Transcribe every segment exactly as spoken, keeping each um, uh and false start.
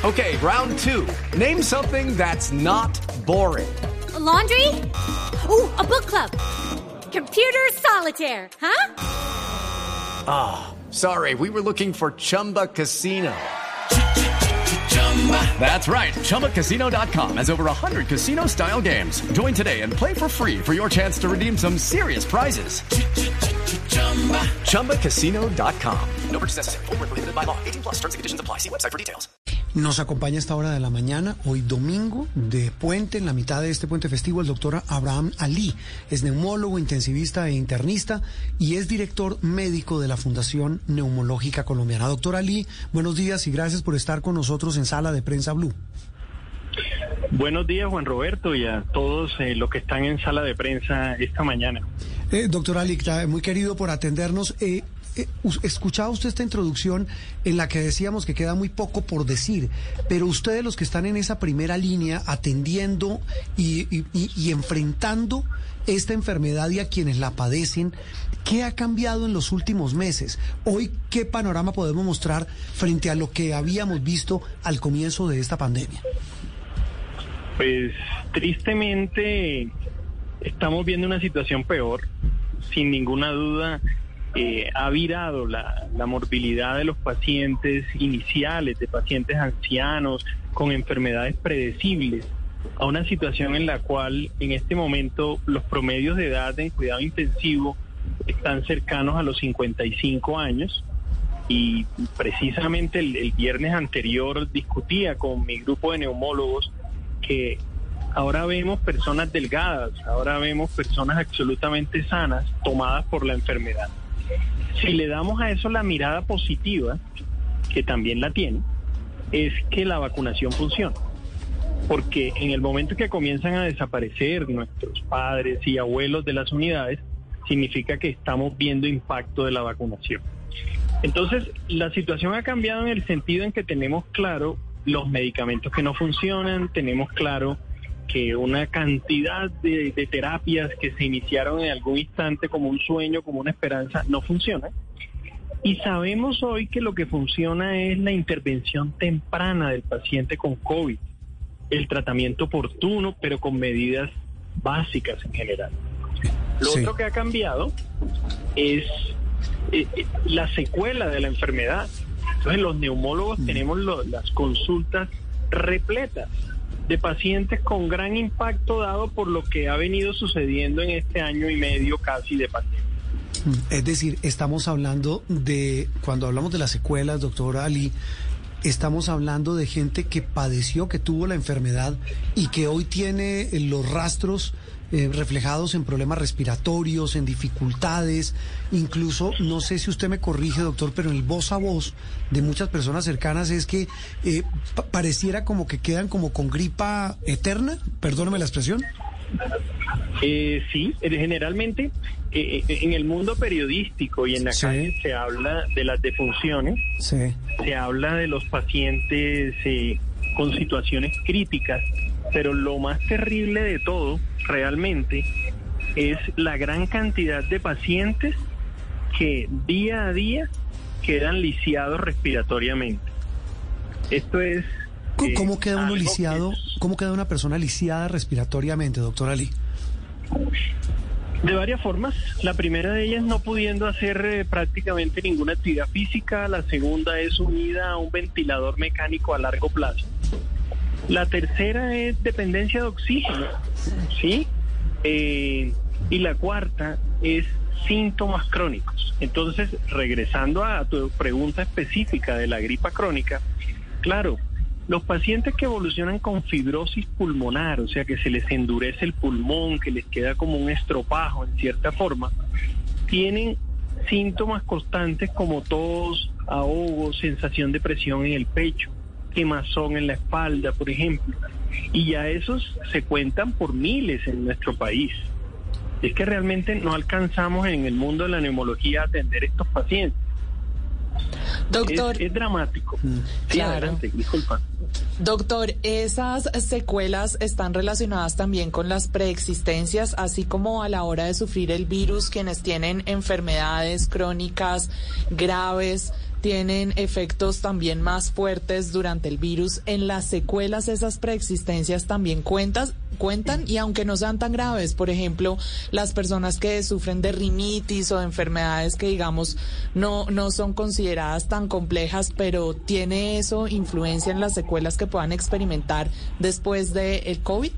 Okay, round two. Name something that's not boring. A laundry? Ooh, a book club. Computer solitaire, huh? Ah, oh, sorry, we were looking for Chumba Casino. That's right, Chumba Casino dot com has over one hundred casino-style games. Join today and play for free for your chance to redeem some serious prizes. Chumba Casino dot com. No purchase necessary. Void where prohibited by law. eighteen plus terms and conditions apply. See website for details. Nos acompaña a esta hora de la mañana, hoy domingo, de puente, en la mitad de este puente festivo, el doctor Abraham Ali. Es neumólogo, intensivista e internista y es director médico de la Fundación Neumológica Colombiana. Doctor Ali, buenos días y gracias por estar con nosotros en Sala de Prensa Blue. Buenos días, Juan Roberto, y a todos eh, los que están en Sala de Prensa esta mañana. Eh, doctor Ali, muy querido por atendernos. Eh, eh, escuchaba usted esta introducción en la que decíamos que queda muy poco por decir, pero ustedes los que están en esa primera línea atendiendo y, y, y, y enfrentando esta enfermedad y a quienes la padecen, ¿qué ha cambiado en los últimos meses? Hoy, ¿qué panorama podemos mostrar frente a lo que habíamos visto al comienzo de esta pandemia? Pues tristemente estamos viendo una situación peor. Sin ninguna duda eh, ha virado la, la morbilidad de los pacientes iniciales, de pacientes ancianos con enfermedades predecibles, a una situación en la cual en este momento los promedios de edad en cuidado intensivo están cercanos a los cincuenta y cinco años. Y precisamente el, el viernes anterior discutía con mi grupo de neumólogos que ahora vemos personas delgadas, ahora vemos personas absolutamente sanas tomadas por la enfermedad. Si le damos a eso la mirada positiva, que también la tiene, es que la vacunación funciona. Porque en el momento que comienzan a desaparecer nuestros padres y abuelos de las unidades, significa que estamos viendo impacto de la vacunación. Entonces, la situación ha cambiado en el sentido en que tenemos claro los medicamentos que no funcionan, tenemos claro que una cantidad de, de terapias que se iniciaron en algún instante como un sueño, como una esperanza, no funcionan. Y sabemos hoy que lo que funciona es la intervención temprana del paciente con COVID, el tratamiento oportuno, pero con medidas básicas en general. Lo sí. otro que ha cambiado es eh, la secuela de la enfermedad. Entonces los neumólogos mm. tenemos lo, las consultas repletas de pacientes con gran impacto dado por lo que ha venido sucediendo en este año y medio casi de pandemia. Es decir, estamos hablando de, cuando hablamos de las secuelas, doctor Ali, estamos hablando de gente que padeció, que tuvo la enfermedad y que hoy tiene los rastros Eh, reflejados en problemas respiratorios, en dificultades, incluso, no sé si usted me corrige, doctor, pero el voz a voz de muchas personas cercanas es que eh, pa- pareciera como que quedan como con gripa eterna, perdóneme la expresión. Eh, sí, generalmente eh, en el mundo periodístico y en la sí. calle se habla de las defunciones, sí. se habla de los pacientes eh, con situaciones críticas, pero lo más terrible de todo realmente es la gran cantidad de pacientes que día a día quedan lisiados respiratoriamente. Esto es... ¿Cómo, eh, ¿cómo queda uno lisiado? Es... ¿Cómo queda una persona lisiada respiratoriamente, doctor Ali? De varias formas. La primera de ellas no pudiendo hacer eh, prácticamente ninguna actividad física. La segunda es unida a un ventilador mecánico a largo plazo. La tercera es dependencia de oxígeno, ¿sí? Eh, y la cuarta es síntomas crónicos. Entonces, regresando a tu pregunta específica de la gripa crónica, claro, los pacientes que evolucionan con fibrosis pulmonar, o sea, que se les endurece el pulmón, que les queda como un estropajo en cierta forma, tienen síntomas constantes como tos, ahogo, sensación de presión en el pecho, quemazón en la espalda, por ejemplo, y ya esos se cuentan por miles en nuestro país. Es que realmente no alcanzamos en el mundo de la neumología a atender estos pacientes. Doctor, es, es dramático. Mm, sí, claro. Adelante, disculpa. Doctor, ¿esas secuelas están relacionadas también con las preexistencias, así como a la hora de sufrir el virus, quienes tienen enfermedades crónicas graves, tienen efectos también más fuertes durante el virus. En las secuelas esas preexistencias también cuentas, cuentan y aunque no sean tan graves, por ejemplo, las personas que sufren de rinitis o de enfermedades que digamos no, no son consideradas tan complejas, pero ¿tiene eso influencia en las secuelas que puedan experimentar después del COVID?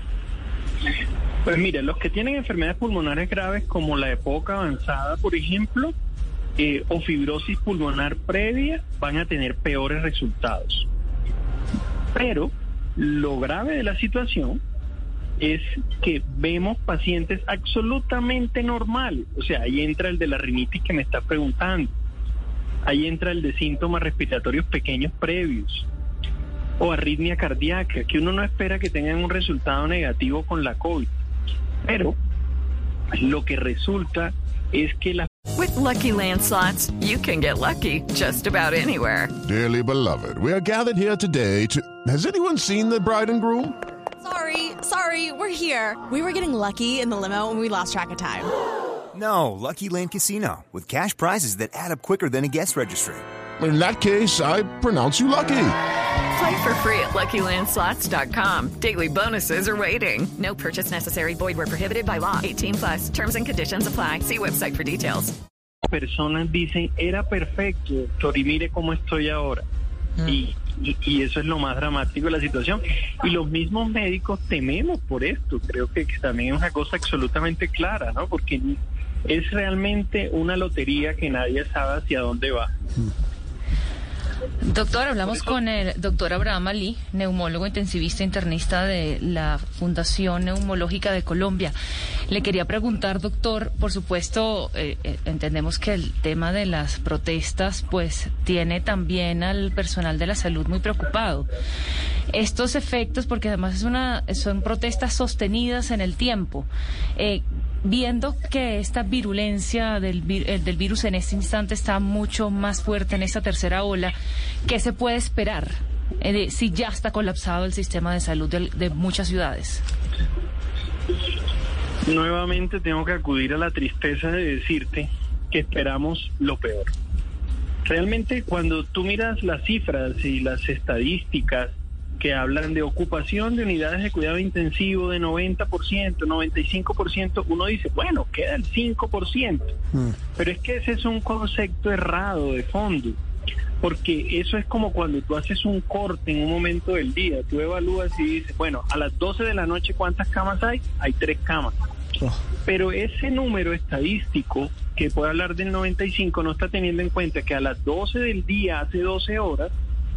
Pues mira, los que tienen enfermedades pulmonares graves como la EPOC avanzada, por ejemplo, eh, o fibrosis pulmonar previa, van a tener peores resultados. Pero lo grave de la situación es que vemos pacientes absolutamente normales. O sea, ahí entra el de la rinitis que me está preguntando. Ahí entra el de síntomas respiratorios pequeños previos. O arritmia cardíaca, que uno no espera que tengan un resultado negativo con la COVID. Pero lo que resulta es que la... With Lucky Land Slots, you can get lucky just about anywhere. Dearly beloved, we are gathered here today to... Has anyone seen the bride and groom? Sorry, sorry, we're here. We were getting lucky in the limo and we lost track of time. No, Lucky Land Casino, with cash prizes that add up quicker than a guest registry. In that case, I pronounce you lucky. Play for free at Lucky Land Slots dot com. Daily bonuses are waiting. No purchase necessary. Void where prohibited by law. eighteen plus. Terms and conditions apply. See website for details. Personas dicen, era perfecto, doctor, y mire cómo estoy ahora. Mm. Y, y, y eso es lo más dramático de la situación. Y los mismos médicos tememos por esto. Creo que también es una cosa absolutamente clara, ¿no? Porque es realmente una lotería que nadie sabe hacia dónde va. Mm. Doctor, hablamos con el doctor Abraham Ali, neumólogo intensivista internista de la Fundación Neumológica de Colombia. Le quería preguntar, doctor, por supuesto, eh, eh, entendemos que el tema de las protestas, pues, tiene también al personal de la salud muy preocupado. Estos efectos, porque además es una, son protestas sostenidas en el tiempo, eh, viendo que esta virulencia del, vir, del virus en este instante está mucho más fuerte en esta tercera ola, ¿qué se puede esperar eh, si ya está colapsado el sistema de salud de, de muchas ciudades? Nuevamente tengo que acudir a la tristeza de decirte que esperamos lo peor. Realmente cuando tú miras las cifras y las estadísticas que hablan de ocupación de unidades de cuidado intensivo de noventa por ciento, noventa y cinco por ciento, uno dice, bueno, queda el cinco por ciento. Mm. Pero es que ese es un concepto errado de fondo, porque eso es como cuando tú haces un corte en un momento del día, tú evalúas y dices, bueno, a las doce de la noche, ¿cuántas camas hay? Hay tres camas. Oh. Pero ese número estadístico, que puede hablar del noventa y cinco, no está teniendo en cuenta que a las doce del día, hace doce horas,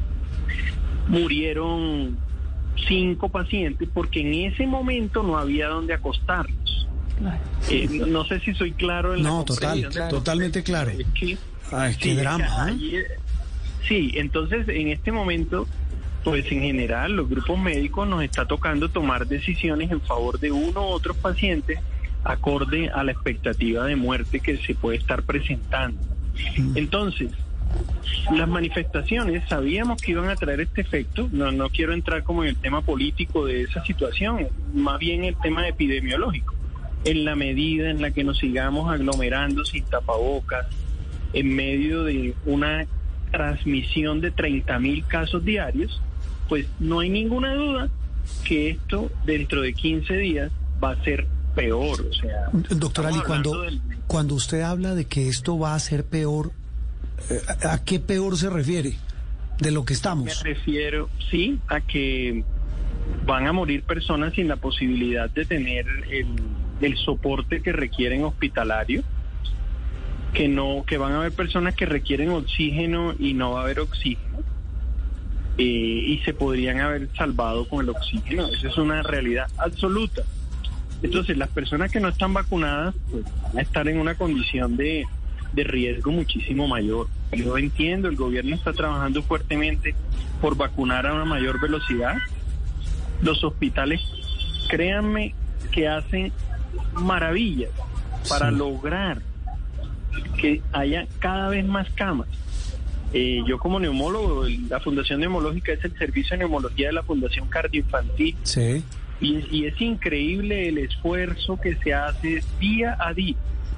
murieron cinco pacientes porque en ese momento no había donde acostarlos. Claro. Eh, no, no sé si soy claro en no, la total, claro. Totalmente claro. Es que, Ay, qué sí, drama. ¿eh? Sí, entonces en este momento, pues en general los grupos médicos nos está tocando tomar decisiones en favor de uno u otros pacientes acorde a la expectativa de muerte que se puede estar presentando. Mm. Entonces, las manifestaciones sabíamos que iban a traer este efecto. No, no quiero entrar como en el tema político de esa situación, más bien el tema epidemiológico. En la medida en la que nos sigamos aglomerando sin tapabocas, en medio de una transmisión de treinta mil casos diarios, pues no hay ninguna duda que esto dentro de quince días va a ser peor. O sea, doctor Ali, cuando, del... cuando usted habla de que esto va a ser peor, ¿a qué peor se refiere de lo que estamos? Me refiero, sí, a que van a morir personas sin la posibilidad de tener el, el soporte que requieren hospitalario, que no, que van a haber personas que requieren oxígeno y no va a haber oxígeno, eh, y se podrían haber salvado con el oxígeno. Esa es una realidad absoluta. Entonces, las personas que no están vacunadas pues, van a estar en una condición de de riesgo muchísimo mayor. Yo entiendo, el gobierno está trabajando fuertemente por vacunar a una mayor velocidad. Los hospitales, créanme, que hacen maravillas para sí. lograr que haya cada vez más camas. Eh, yo como neumólogo, la Fundación Neumológica es el servicio de neumología de la Fundación Cardioinfantil. Sí. Y, y es increíble el esfuerzo que se hace día a día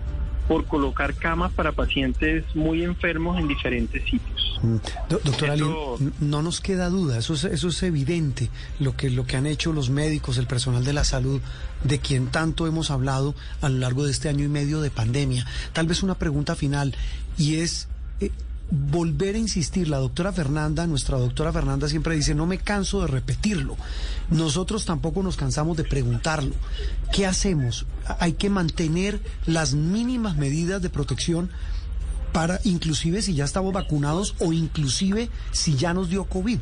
por colocar camas para pacientes muy enfermos en diferentes sitios. Mm. Do- doctor Ali, no nos queda duda, eso es, eso es evidente, lo que, lo que han hecho los médicos, el personal de la salud, de quien tanto hemos hablado a lo largo de este año y medio de pandemia. Tal vez una pregunta final, y es... Eh, volver a insistir, la doctora Fernanda, nuestra doctora Fernanda siempre dice, no me canso de repetirlo, nosotros tampoco nos cansamos de preguntarlo, ¿qué hacemos? Hay que mantener las mínimas medidas de protección para, inclusive si ya estamos vacunados o inclusive si ya nos dio COVID.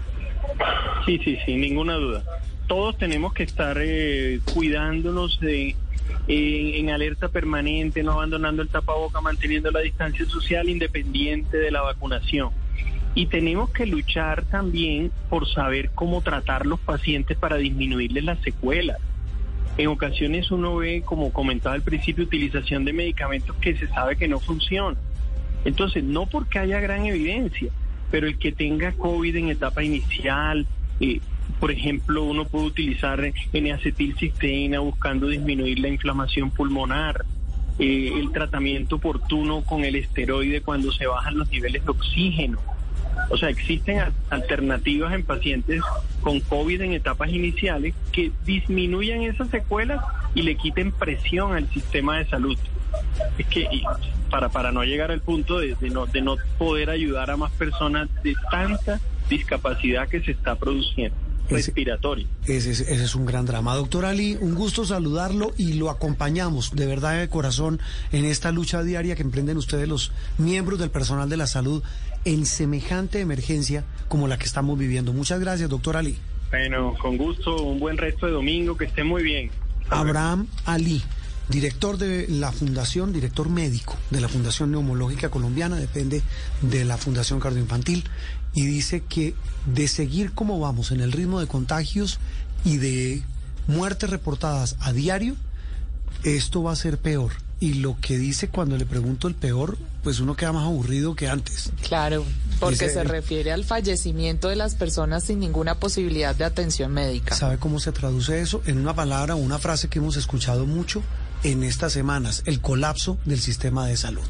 Sí, sí, sin ninguna duda. Todos tenemos que estar eh, cuidándonos de En, en alerta permanente, no abandonando el tapaboca, manteniendo la distancia social independiente de la vacunación. Y tenemos que luchar también por saber cómo tratar los pacientes para disminuirles las secuelas. En ocasiones uno ve, como comentaba al principio, utilización de medicamentos que se sabe que no funcionan. Entonces, no porque haya gran evidencia, pero el que tenga COVID en etapa inicial, eh, por ejemplo, uno puede utilizar N-acetilcisteína buscando disminuir la inflamación pulmonar, eh, el tratamiento oportuno con el esteroide cuando se bajan los niveles de oxígeno. O sea, existen alternativas en pacientes con COVID en etapas iniciales que disminuyan esas secuelas y le quiten presión al sistema de salud. Es que para, para no llegar al punto de, de, no, de no poder ayudar a más personas de tanta discapacidad que se está produciendo. Respiratorio. Ese, ese, ese es un gran drama. Doctor Ali, un gusto saludarlo y lo acompañamos de verdad de corazón en esta lucha diaria que emprenden ustedes, los miembros del personal de la salud, en semejante emergencia como la que estamos viviendo. Muchas gracias, doctor Ali. Bueno, con gusto, un buen resto de domingo, que esté muy bien. Abraham Ali, director de la Fundación, director médico de la Fundación Neumológica Colombiana, depende de la Fundación Cardioinfantil, y dice que de seguir como vamos en el ritmo de contagios y de muertes reportadas a diario, esto va a ser peor. Y lo que dice cuando le pregunto el peor, pues uno queda más aburrido que antes. Claro, porque Dice, se refiere al fallecimiento de las personas sin ninguna posibilidad de atención médica. ¿Sabe cómo se traduce eso? En una palabra o una frase que hemos escuchado mucho en estas semanas: el colapso del sistema de salud.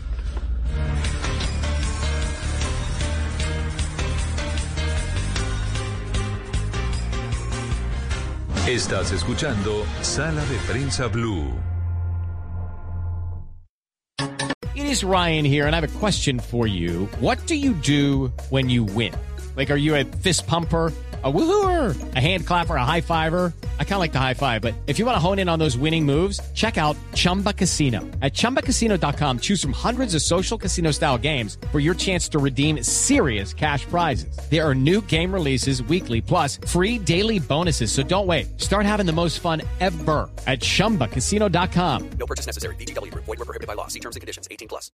Estás escuchando Sala de Prensa Blue. It is Ryan here, and I have a question for you. What do you do when you win? Like, are you a fist pumper, a woohooer, a hand clapper, a high fiver? I kind of like the high five, but if you want to hone in on those winning moves, check out Chumba Casino. At chumba casino dot com, choose from hundreds of social casino-style games for your chance to redeem serious cash prizes. There are new game releases weekly, plus free daily bonuses, so don't wait. Start having the most fun ever at chumba casino dot com. No purchase necessary. V G W. Void where prohibited by law. See terms and conditions. eighteen plus.